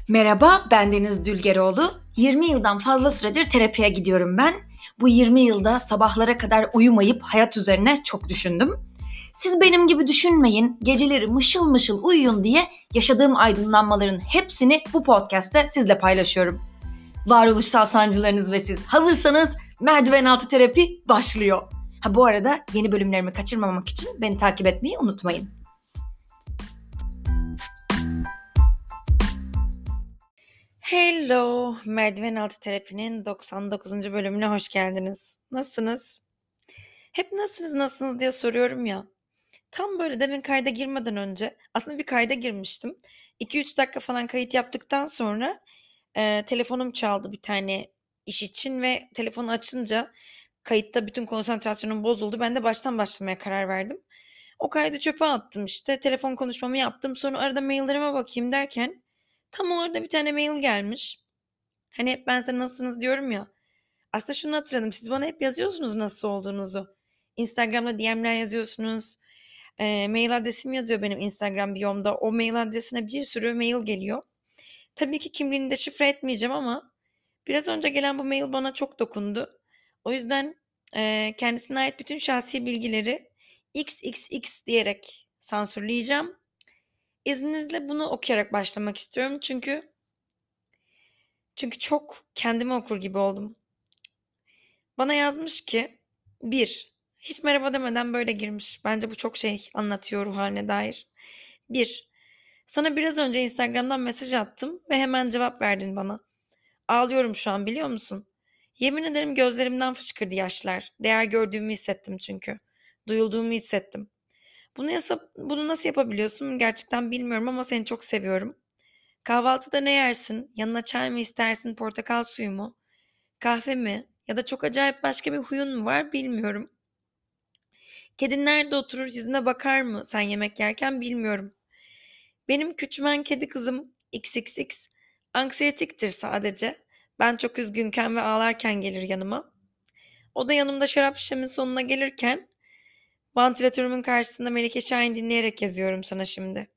Merhaba, ben Deniz Dülgeroğlu. 20 yıldan fazla süredir terapiye gidiyorum ben. Bu 20 yılda sabahlara kadar uyumayıp hayat üzerine çok düşündüm. Siz benim gibi düşünmeyin, geceleri mışıl mışıl uyuyun diye yaşadığım aydınlanmaların hepsini bu podcast'te sizle paylaşıyorum. Varoluşsal sancılarınız ve siz hazırsanız merdiven altı terapi başlıyor. Bu arada yeni bölümlerimi kaçırmamak için beni takip etmeyi unutmayın. Hello, merdiven altı terapinin 99. bölümüne hoş geldiniz. Nasılsınız? Hep nasılsınız diye soruyorum ya. Tam böyle demin kayda girmeden önce aslında bir kayda girmiştim. 2-3 dakika falan kayıt yaptıktan sonra telefonum çaldı bir tane iş için ve telefonu açınca kayıtta bütün konsantrasyonum bozuldu. Ben de baştan başlamaya karar verdim. O kaydı çöpe attım işte. Telefon konuşmamı yaptım. Sonra arada maillerime bakayım derken tam orada bir tane mail gelmiş. Hani hep ben size nasılsınız diyorum ya. Aslında şunu hatırladım. Siz bana hep yazıyorsunuz nasıl olduğunuzu. Instagram'da DM'ler yazıyorsunuz. Mail adresim yazıyor benim Instagram biyomda. O mail adresine bir sürü mail geliyor. Tabii ki kimliğini de şifre etmeyeceğim ama biraz önce gelen bu mail bana çok dokundu. O yüzden kendisine ait bütün şahsi bilgileri XXX diyerek sansürleyeceğim. İzninizle bunu okuyarak başlamak istiyorum. Çünkü çok kendimi okur gibi oldum. Bana yazmış ki 1. Hiç merhaba demeden böyle girmiş. Bence bu çok şey anlatıyor ruh haline dair. 1. Sana biraz önce Instagram'dan mesaj attım ve hemen cevap verdin bana. Ağlıyorum şu an biliyor musun? Yemin ederim gözlerimden fışkırdı yaşlar. Değer gördüğümü hissettim çünkü. Duyulduğumu hissettim. Bunu nasıl yapabiliyorsun gerçekten bilmiyorum ama seni çok seviyorum. Kahvaltıda ne yersin? Yanına çay mı istersin, portakal suyu mu? Kahve mi? Ya da çok acayip başka bir huyun mu var bilmiyorum. Kedin nerede oturur yüzüne bakar mı sen yemek yerken bilmiyorum. Benim küçümen kedi kızım XXX anksiyetiktir sadece. Ben çok üzgünken ve ağlarken gelir yanıma. O da yanımda şarap şişemin sonuna gelirken vantilatörümün karşısında Melike Şahin dinleyerek yazıyorum sana şimdi.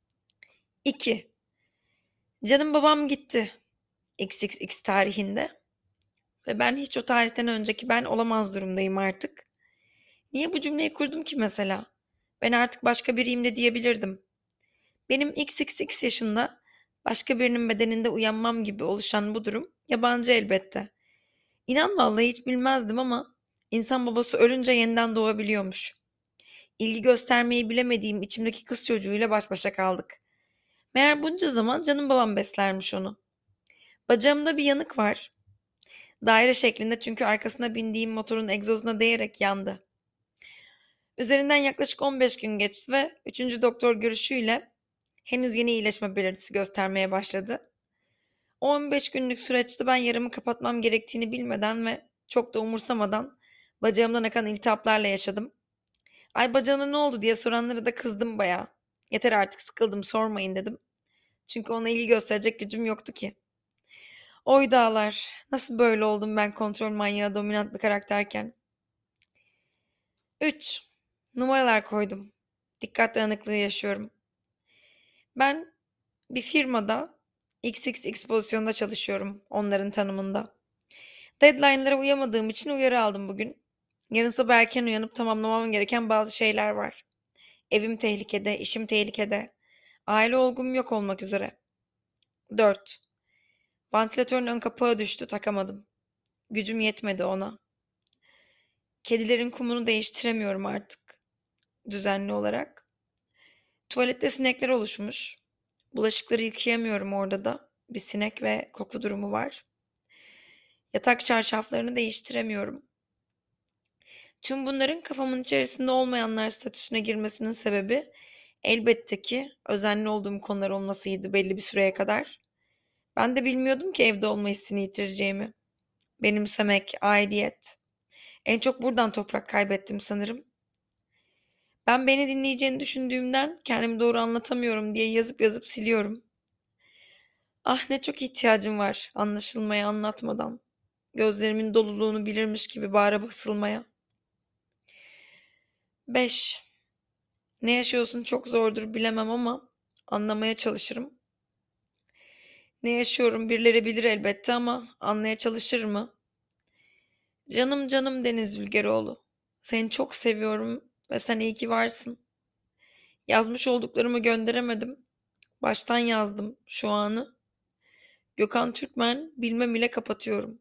2. Canım babam gitti XXX tarihinde ve ben hiç o tarihten önceki ben olamaz durumdayım artık. Niye bu cümleyi kurdum ki mesela? Ben artık başka biriyim de diyebilirdim. Benim XXX yaşında başka birinin bedeninde uyanmam gibi oluşan bu durum yabancı elbette. İnan vallahi hiç bilmezdim ama insan babası ölünce yeniden doğabiliyormuş. İlgi göstermeyi bilemediğim içimdeki kız çocuğuyla baş başa kaldık. Meğer bunca zaman canım babam beslermiş onu. Bacağımda bir yanık var. Daire şeklinde çünkü arkasına bindiğim motorun egzozuna değerek yandı. Üzerinden yaklaşık 15 gün geçti ve 3. doktor görüşüyle henüz yeni iyileşme belirtisi göstermeye başladı. O 15 günlük süreçte ben yaramı kapatmam gerektiğini bilmeden ve çok da umursamadan bacağımdan akan iltihaplarla yaşadım. Ay bacağına ne oldu diye soranlara da kızdım bayağı. Yeter artık sıkıldım sormayın dedim. Çünkü ona ilgi gösterecek gücüm yoktu ki. Oy dağlar, nasıl böyle oldum ben kontrol manyağı dominant bir karakterken. 3. Numaralar koydum. Dikkat dağınıklığı yaşıyorum. Ben bir firmada XXX pozisyonda çalışıyorum onların tanımında. Deadline'lara uyamadığım için uyarı aldım bugün. Yarın sabah erken uyanıp tamamlamam gereken bazı şeyler var. Evim tehlikede, işim tehlikede. Aile olgum yok olmak üzere. 4. Vantilatörün ön kapağı düştü, takamadım. Gücüm yetmedi ona. Kedilerin kumunu değiştiremiyorum artık düzenli olarak. Tuvalette sinekler oluşmuş. Bulaşıkları yıkayamıyorum orada da. Bir sinek ve koku durumu var. Yatak çarşaflarını değiştiremiyorum. Tüm bunların kafamın içerisinde olmayanlar statüsüne girmesinin sebebi elbette ki özenli olduğum konular olmasıydı belli bir süreye kadar. Ben de bilmiyordum ki evde olma hissini yitireceğimi. Benimsemek, aidiyet. En çok buradan toprak kaybettim sanırım. Ben beni dinleyeceğini düşündüğümden kendimi doğru anlatamıyorum diye yazıp yazıp siliyorum. Ah ne çok ihtiyacım var anlaşılmaya anlatmadan. Gözlerimin doluluğunu bilirmiş gibi bağra basılmaya. 5. Ne yaşıyorsun çok zordur bilemem ama anlamaya çalışırım. Ne yaşıyorum birileri bilir elbette ama anlaya çalışır mı? Canım canım Deniz Zülgeroğlu. Seni çok seviyorum ve sen iyi ki varsın. Yazmış olduklarımı gönderemedim. Baştan yazdım şu anı. Gökhan Türkmen bilmem ile kapatıyorum.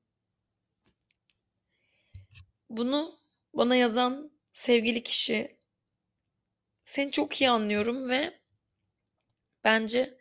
Bunu bana yazan sevgili kişi, seni çok iyi anlıyorum ve bence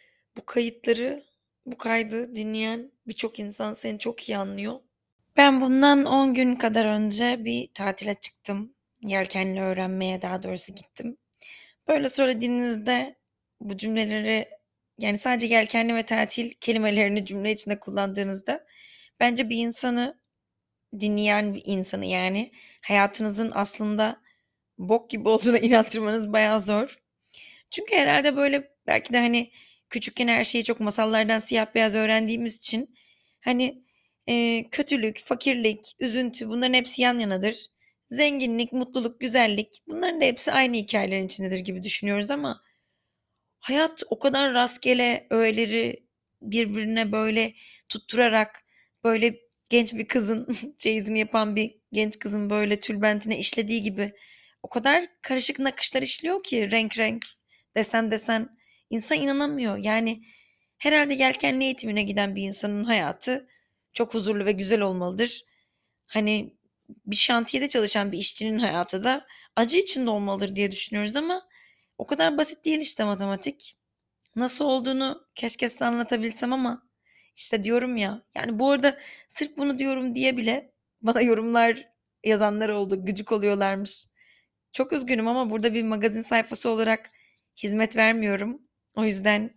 bu kaydı dinleyen birçok insan seni çok iyi anlıyor. Ben bundan 10 gün kadar önce bir tatile çıktım. Yelkenli öğrenmeye daha doğrusu gittim. Böyle söylediğinizde bu cümleleri, yani sadece yelkenli ve tatil kelimelerini cümle içinde kullandığınızda bence bir insanı, dinleyen bir insanı, yani hayatınızın aslında bok gibi olduğuna inandırmanız bayağı zor. Çünkü herhalde böyle belki de hani küçükken her şeyi çok masallardan siyah beyaz öğrendiğimiz için hani kötülük, fakirlik, üzüntü bunların hepsi yan yanadır. Zenginlik, mutluluk, güzellik bunların da hepsi aynı hikayelerin içindedir gibi düşünüyoruz ama hayat o kadar rastgele öğeleri birbirine böyle tutturarak, böyle genç bir kızın çeyizini yapan bir genç kızın böyle tülbentine işlediği gibi o kadar karışık nakışlar işliyor ki, renk renk, desen desen, insan inanamıyor. Yani herhalde yelkenli eğitimine giden bir insanın hayatı çok huzurlu ve güzel olmalıdır. Hani bir şantiyede çalışan bir işçinin hayatı da acı içinde olmalıdır diye düşünüyoruz ama o kadar basit değil işte matematik. Nasıl olduğunu keşke size anlatabilsem ama işte diyorum ya, yani bu arada sırf bunu diyorum diye bile bana yorumlar yazanlar oldu, gıcık oluyorlarmış. Çok üzgünüm ama burada bir magazin sayfası olarak hizmet vermiyorum. O yüzden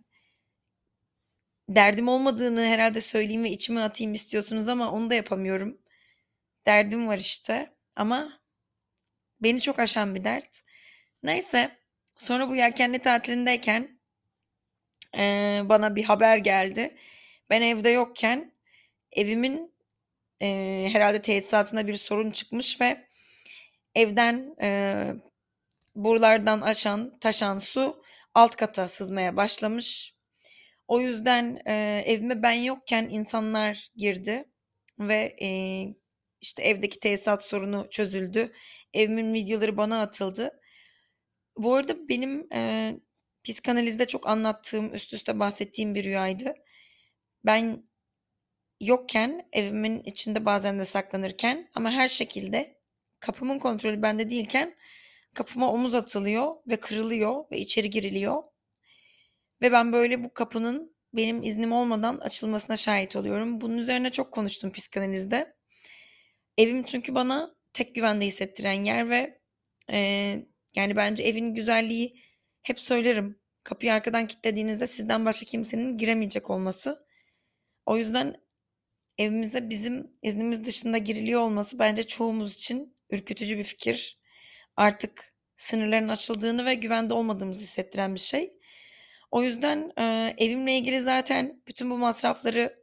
derdim olmadığını herhalde söyleyeyim ve içime atayım istiyorsunuz ama onu da yapamıyorum. Derdim var işte ama beni çok aşan bir dert. Neyse, sonra bu yelkenli tatilindeyken bana bir haber geldi. Ben evde yokken evimin herhalde tesisatında bir sorun çıkmış ve evden borulardan taşan su alt kata sızmaya başlamış. O yüzden evime ben yokken insanlar girdi ve işte evdeki tesisat sorunu çözüldü. Evimin videoları bana atıldı. Bu arada benim psikanalizde çok anlattığım, üst üste bahsettiğim bir rüyaydı. Ben yokken, evimin içinde bazen de saklanırken ama her şekilde kapımın kontrolü bende değilken kapıma omuz atılıyor ve kırılıyor ve içeri giriliyor. Ve ben böyle bu kapının benim iznim olmadan açılmasına şahit oluyorum. Bunun üzerine çok konuştum psikanalizde. Evim çünkü bana tek güvende hissettiren yer ve yani bence evin güzelliği, hep söylerim. Kapıyı arkadan kilitlediğinizde sizden başka kimsenin giremeyecek olması. O yüzden evimize bizim iznimiz dışında giriliyor olması bence çoğumuz için ürkütücü bir fikir. Artık sınırların açıldığını ve güvende olmadığımızı hissettiren bir şey. O yüzden evimle ilgili zaten bütün bu masrafları,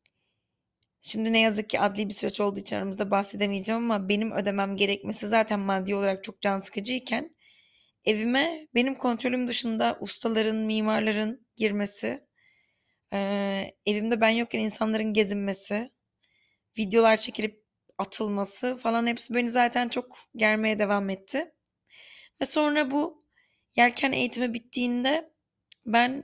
şimdi ne yazık ki adli bir süreç olduğu için aramızda bahsedemeyeceğim ama benim ödemem gerekmesi zaten maddi olarak çok can sıkıcıyken evime benim kontrolüm dışında ustaların, mimarların girmesi, evimde ben yokken insanların gezinmesi, videolar çekilip atılması falan hepsi beni zaten çok germeye devam etti. Ve sonra bu yelken eğitimi bittiğinde ben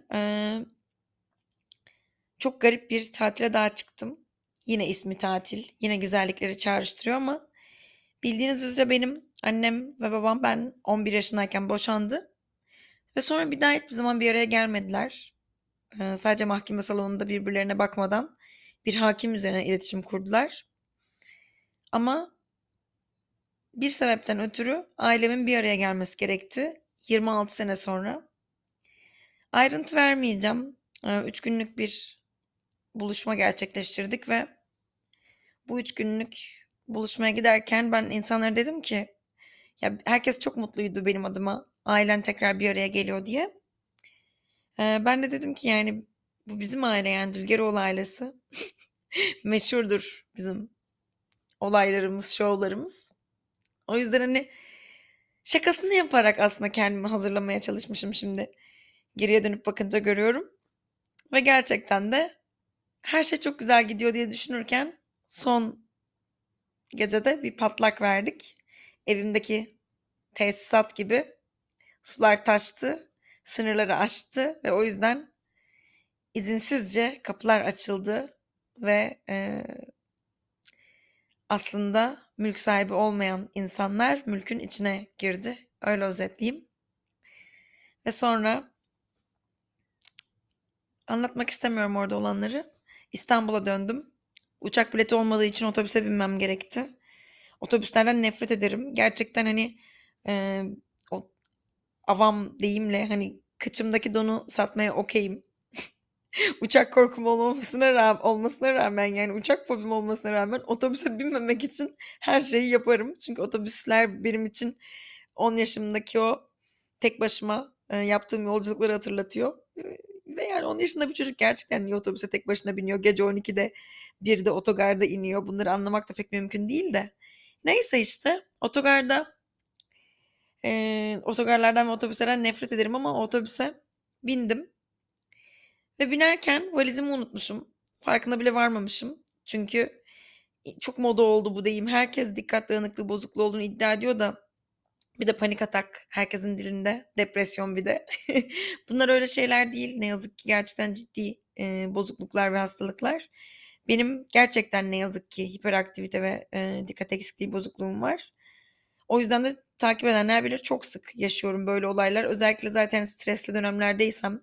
çok garip bir tatile daha çıktım. Yine ismi tatil, yine güzellikleri çağrıştırıyor ama bildiğiniz üzere benim annem ve babam ben 11 yaşındayken boşandı. Ve sonra bir daha hiçbir zaman bir araya gelmediler. Sadece mahkeme salonunda birbirlerine bakmadan bir hakim üzerine iletişim kurdular. Ama bir sebepten ötürü ailemin bir araya gelmesi gerekti. 26 sene sonra. Ayrıntı vermeyeceğim. 3 günlük bir buluşma gerçekleştirdik ve bu 3 günlük buluşmaya giderken ben insanlara dedim ki, ya herkes çok mutluydu benim adıma, ailen tekrar bir araya geliyor diye. Ben de dedim ki yani bu bizim aile, yani Dülgeroğlu ailesi. Meşhurdur bizim olaylarımız, şovlarımız. O yüzden hani şakasını yaparak aslında kendimi hazırlamaya çalışmışım şimdi. Geriye dönüp bakınca görüyorum. Ve gerçekten de Her şey çok güzel gidiyor diye düşünürken son gecede bir patlak verdik. Evimdeki tesisat gibi sular taştı, sınırları aştı ve o yüzden izinsizce kapılar açıldı ve aslında mülk sahibi olmayan insanlar mülkün içine girdi. Öyle özetleyeyim. Ve sonra anlatmak istemiyorum orada olanları. İstanbul'a döndüm. Uçak bileti olmadığı için otobüse binmem gerekti. Otobüslerden nefret ederim. Gerçekten hani e, o avam deyimle hani kıçımdaki donu satmaya okeyim. Uçak korkum olmasına rağmen yani uçak fobim olmasına rağmen otobüse binmemek için her şeyi yaparım. Çünkü otobüsler benim için 10 yaşımdaki o tek başıma yaptığım yolculukları hatırlatıyor. Ve yani 10 yaşında bir çocuk gerçekten niye otobüse tek başına biniyor? Gece 12'de bir de otogarda iniyor. Bunları anlamak da pek mümkün değil de. Neyse işte otogarlardan ve otobüslerden nefret ederim ama otobüse bindim. Ve binerken valizimi unutmuşum. Farkına bile varmamışım. Çünkü çok moda oldu bu deyim. Herkes dikkat dağınıklığı bozukluğu olduğunu iddia ediyor da bir de panik atak herkesin dilinde. Depresyon bir de. Bunlar öyle şeyler değil. Ne yazık ki gerçekten ciddi bozukluklar ve hastalıklar. Benim gerçekten ne yazık ki hiperaktivite ve dikkat eksikliği bozukluğum var. O yüzden de takip edenler bilir çok sık yaşıyorum böyle olaylar. Özellikle zaten stresli dönemlerdeysem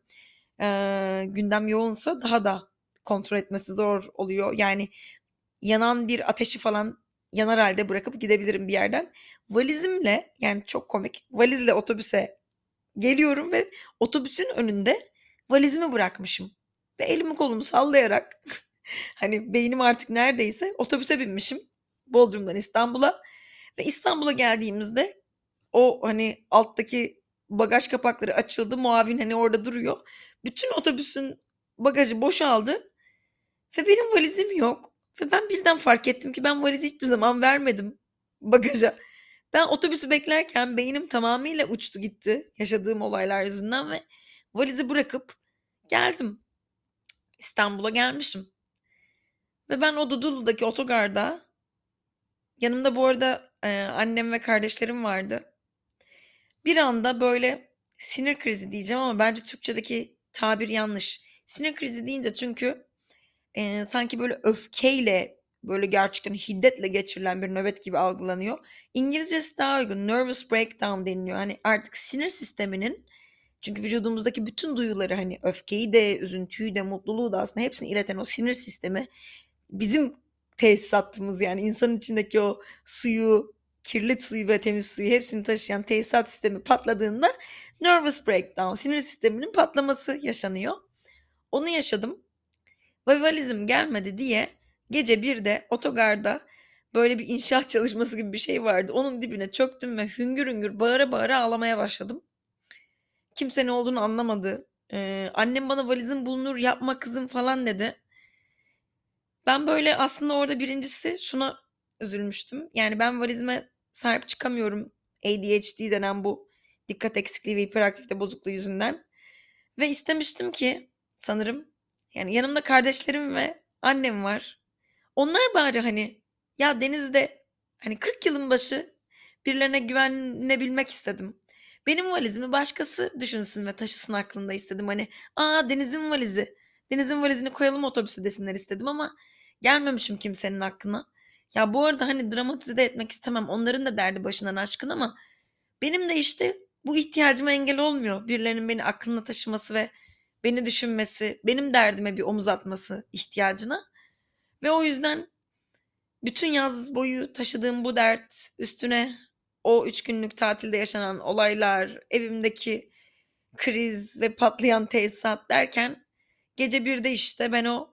gündem yoğunsa daha da kontrol etmesi zor oluyor. Yani yanan bir ateşi falan yanar halde bırakıp gidebilirim bir yerden. Valizimle yani çok komik valizle otobüse geliyorum ve otobüsün önünde valizimi bırakmışım. Ve elimi kolumu sallayarak hani beynim artık neredeyse otobüse binmişim. Bodrum'dan İstanbul'a. Ve İstanbul'a geldiğimizde o hani alttaki bagaj kapakları açıldı. Muavin hani orada duruyor. Bütün otobüsün bagajı boşaldı ve benim valizim yok. Ve ben birden fark ettim ki ben valizi hiçbir zaman vermedim bagaja. Ben otobüsü beklerken beynim tamamıyla uçtu gitti yaşadığım olaylar yüzünden ve valizi bırakıp geldim. İstanbul'a gelmişim. Ve ben o Dudullu'daki otogarda yanımda bu arada annem ve kardeşlerim vardı. Bir anda böyle sinir krizi diyeceğim ama bence Türkçedeki tabir yanlış. Sinir krizi deyince çünkü sanki böyle öfkeyle böyle gerçekten hiddetle geçirilen bir nöbet gibi algılanıyor. İngilizcesi daha uygun. Nervous breakdown deniliyor. Hani artık sinir sisteminin çünkü vücudumuzdaki bütün duyuları hani öfkeyi de, üzüntüyü de, mutluluğu da aslında hepsini ileten o sinir sistemi bizim tesisatımız yani insanın içindeki o suyu, kirli suyu ve temiz suyu hepsini taşıyan tesisat sistemi patladığında nervous breakdown, sinir sisteminin patlaması yaşanıyor. Onu yaşadım ve valizim gelmedi diye gece 1'de otogarda böyle bir inşaat çalışması gibi bir şey vardı. Onun dibine çöktüm ve hüngür hüngür bağıra bağıra ağlamaya başladım. Kimse ne olduğunu anlamadı. Annem bana valizin bulunur yapma kızım falan dedi. Ben böyle aslında orada birincisi şuna üzülmüştüm. Yani ben valizime sahip çıkamıyorum. ADHD denen bu dikkat eksikliği ve hiperaktivite bozukluğu yüzünden. Ve istemiştim ki sanırım yani yanımda kardeşlerim ve annem var. Onlar bari hani ya denizde hani 40 yılın başı birilerine güvenebilmek istedim. Benim valizimi başkası düşünsün ve taşısın aklında istedim. Hani Deniz'in valizi. Deniz'in valizini koyalım otobüse desinler istedim ama gelmemişim kimsenin aklına. Ya bu arada hani dramatize de etmek istemem. Onların da derdi başından aşkın ama benim de işte bu ihtiyacıma engel olmuyor. Birilerinin beni aklına taşıması ve beni düşünmesi, benim derdime bir omuz atması ihtiyacına. Ve o yüzden bütün yaz boyu taşıdığım bu dert üstüne o 3 günlük tatilde yaşanan olaylar, evimdeki kriz ve patlayan tesisat derken gece 1'de işte ben o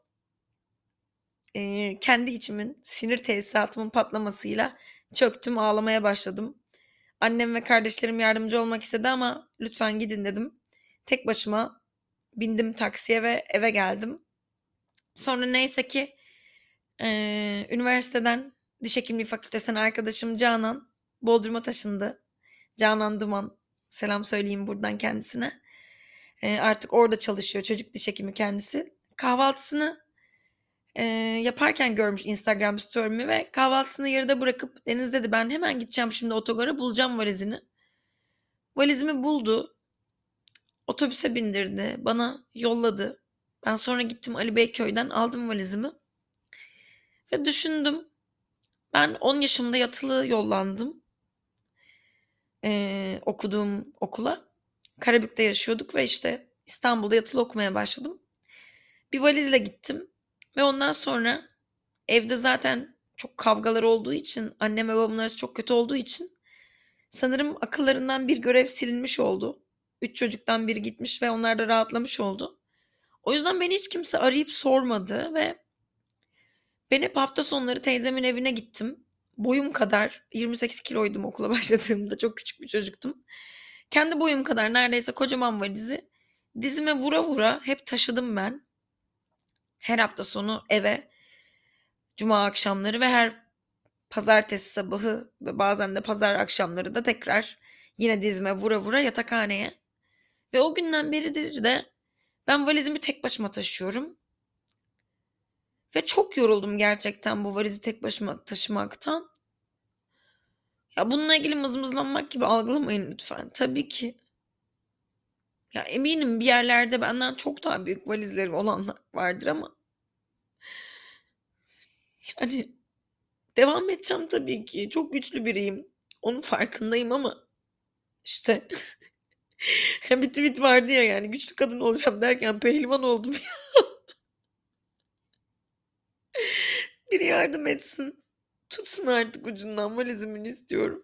kendi içimin sinir tesisatımın patlamasıyla çöktüm ağlamaya başladım. Annem ve kardeşlerim yardımcı olmak istedi ama lütfen gidin dedim. Tek başıma bindim taksiye ve eve geldim. Sonra neyse ki üniversiteden diş hekimliği fakültesinden arkadaşım Canan Bodrum'a taşındı. Canan Duman. Selam söyleyeyim buradan kendisine. Artık orada çalışıyor. Çocuk diş hekimi kendisi. Kahvaltısını yaparken görmüş Instagram story'mi ve kahvaltısını yarıda bırakıp Deniz dedi ben hemen gideceğim şimdi otogara bulacağım valizini. Valizimi buldu. Otobüse bindirdi. Bana yolladı. Ben sonra gittim Ali Beyköy'den aldım valizimi. Ve düşündüm. Ben 10 yaşımda yatılı yollandım. Okuduğum okula. Karabük'te yaşıyorduk ve işte İstanbul'da yatılı okumaya başladım. Bir valizle gittim. Ve ondan sonra evde zaten çok kavgalar olduğu için, annem ve babamın arası çok kötü olduğu için sanırım akıllarından bir görev silinmiş oldu. 3 çocuktan biri gitmiş ve onlar da rahatlamış oldu. O yüzden beni hiç kimse arayıp sormadı ve ben hep hafta sonları teyzemin evine gittim. Boyum kadar, 28 kiloydum okula başladığımda, çok küçük bir çocuktum. Kendi boyum kadar neredeyse kocaman valizi dizime vura vura hep taşıdım ben. Her hafta sonu eve, cuma akşamları ve her pazartesi sabahı ve bazen de pazar akşamları da tekrar yine dizime vura vura yatakhaneye. Ve o günden beridir de ben valizimi tek başıma taşıyorum. Ve çok yoruldum gerçekten bu valizi tek başıma taşımaktan. Ya bununla ilgili mızmızlanmak gibi algılamayın lütfen. Tabii ki. Ya eminim bir yerlerde benden çok daha büyük valizleri olanlar vardır ama hani devam edeceğim tabii ki. Çok güçlü biriyim. Onun farkındayım ama işte bir tweet vardı ya yani güçlü kadın olacağım derken pehlivan oldum. Biri yardım etsin. Tutsun artık ucundan valizimin istiyorum.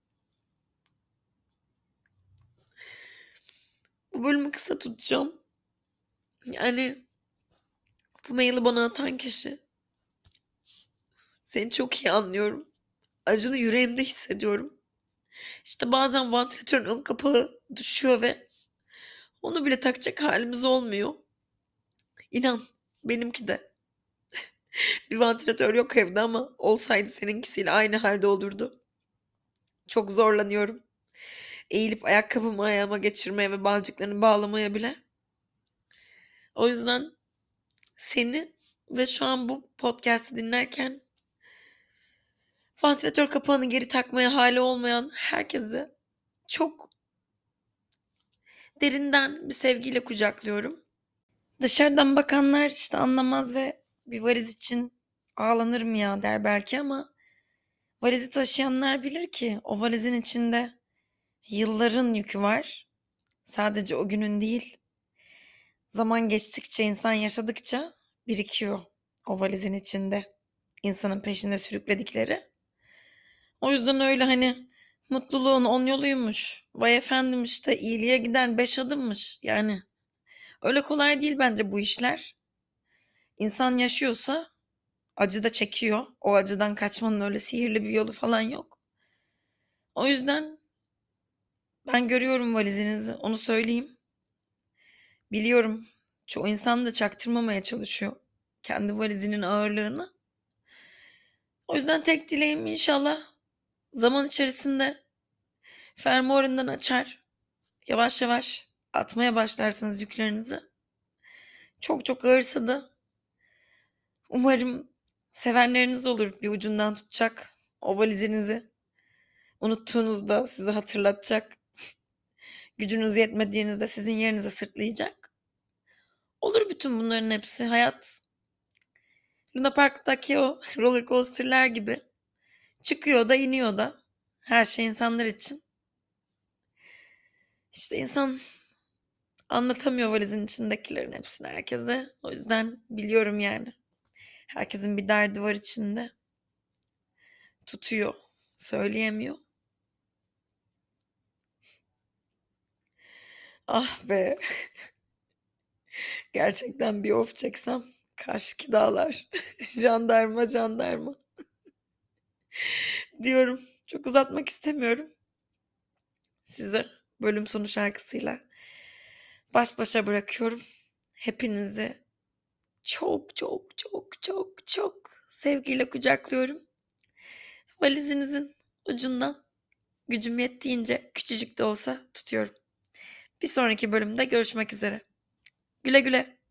Bu bölümü kısa tutacağım. Yani bu maili bana atan kişi. Seni çok iyi anlıyorum. Acını yüreğimde hissediyorum. İşte bazen vantilatörün ön kapağı düşüyor ve onu bile takacak halimiz olmuyor. İnan benimki de. Bir vantilatör yok evde ama olsaydı seninkisiyle aynı halde olurdu. Çok zorlanıyorum. Eğilip ayakkabımı ayağıma geçirmeye ve balcıklarını bağlamaya bile. O yüzden seni ve şu an bu podcast'i dinlerken vantilatör kapağını geri takmaya hali olmayan herkese çok derinden bir sevgiyle kucaklıyorum. Dışarıdan bakanlar işte anlamaz ve bir valiz için ağlanırım ya der belki ama valizi taşıyanlar bilir ki o valizin içinde yılların yükü var. Sadece o günün değil. Zaman geçtikçe, insan yaşadıkça birikiyor o valizin içinde. İnsanın peşinde sürükledikleri. O yüzden öyle hani mutluluğun 10 yoluymuş. Vay efendim işte iyiliğe giden 5 adımmış. Yani öyle kolay değil bence bu işler. İnsan yaşıyorsa acı da çekiyor. O acıdan kaçmanın öyle sihirli bir yolu falan yok. O yüzden ben görüyorum valizinizi, onu söyleyeyim. Biliyorum çoğu insan da çaktırmamaya çalışıyor kendi valizinin ağırlığını. O yüzden tek dileğim inşallah zaman içerisinde fermuarından açar. Yavaş yavaş atmaya başlarsınız yüklerinizi. Çok çok ağırsa da umarım sevenleriniz olur bir ucundan tutacak o valizinizi. Unuttuğunuzda size hatırlatacak. Gücünüz yetmediğinizde sizin yerinize sırtlayacak. Olur bütün bunların hepsi. Hayat Luna Park'taki o roller coaster'lar gibi. Çıkıyor da iniyor da. Her şey insanlar için. İşte insan anlatamıyor valizin içindekilerin hepsini herkese. O yüzden biliyorum yani. Herkesin bir derdi var içinde. Tutuyor. Söyleyemiyor. Ah be. Gerçekten bir of çeksem. Karşıki dağlar. Jandarma jandarma. Diyorum. Çok uzatmak istemiyorum. Size bölüm sonu şarkısıyla baş başa bırakıyorum. Hepinizi çok çok çok çok çok sevgiyle kucaklıyorum. Valizinizin ucundan gücüm yettiğince küçücük de olsa tutuyorum. Bir sonraki bölümde görüşmek üzere. Güle güle.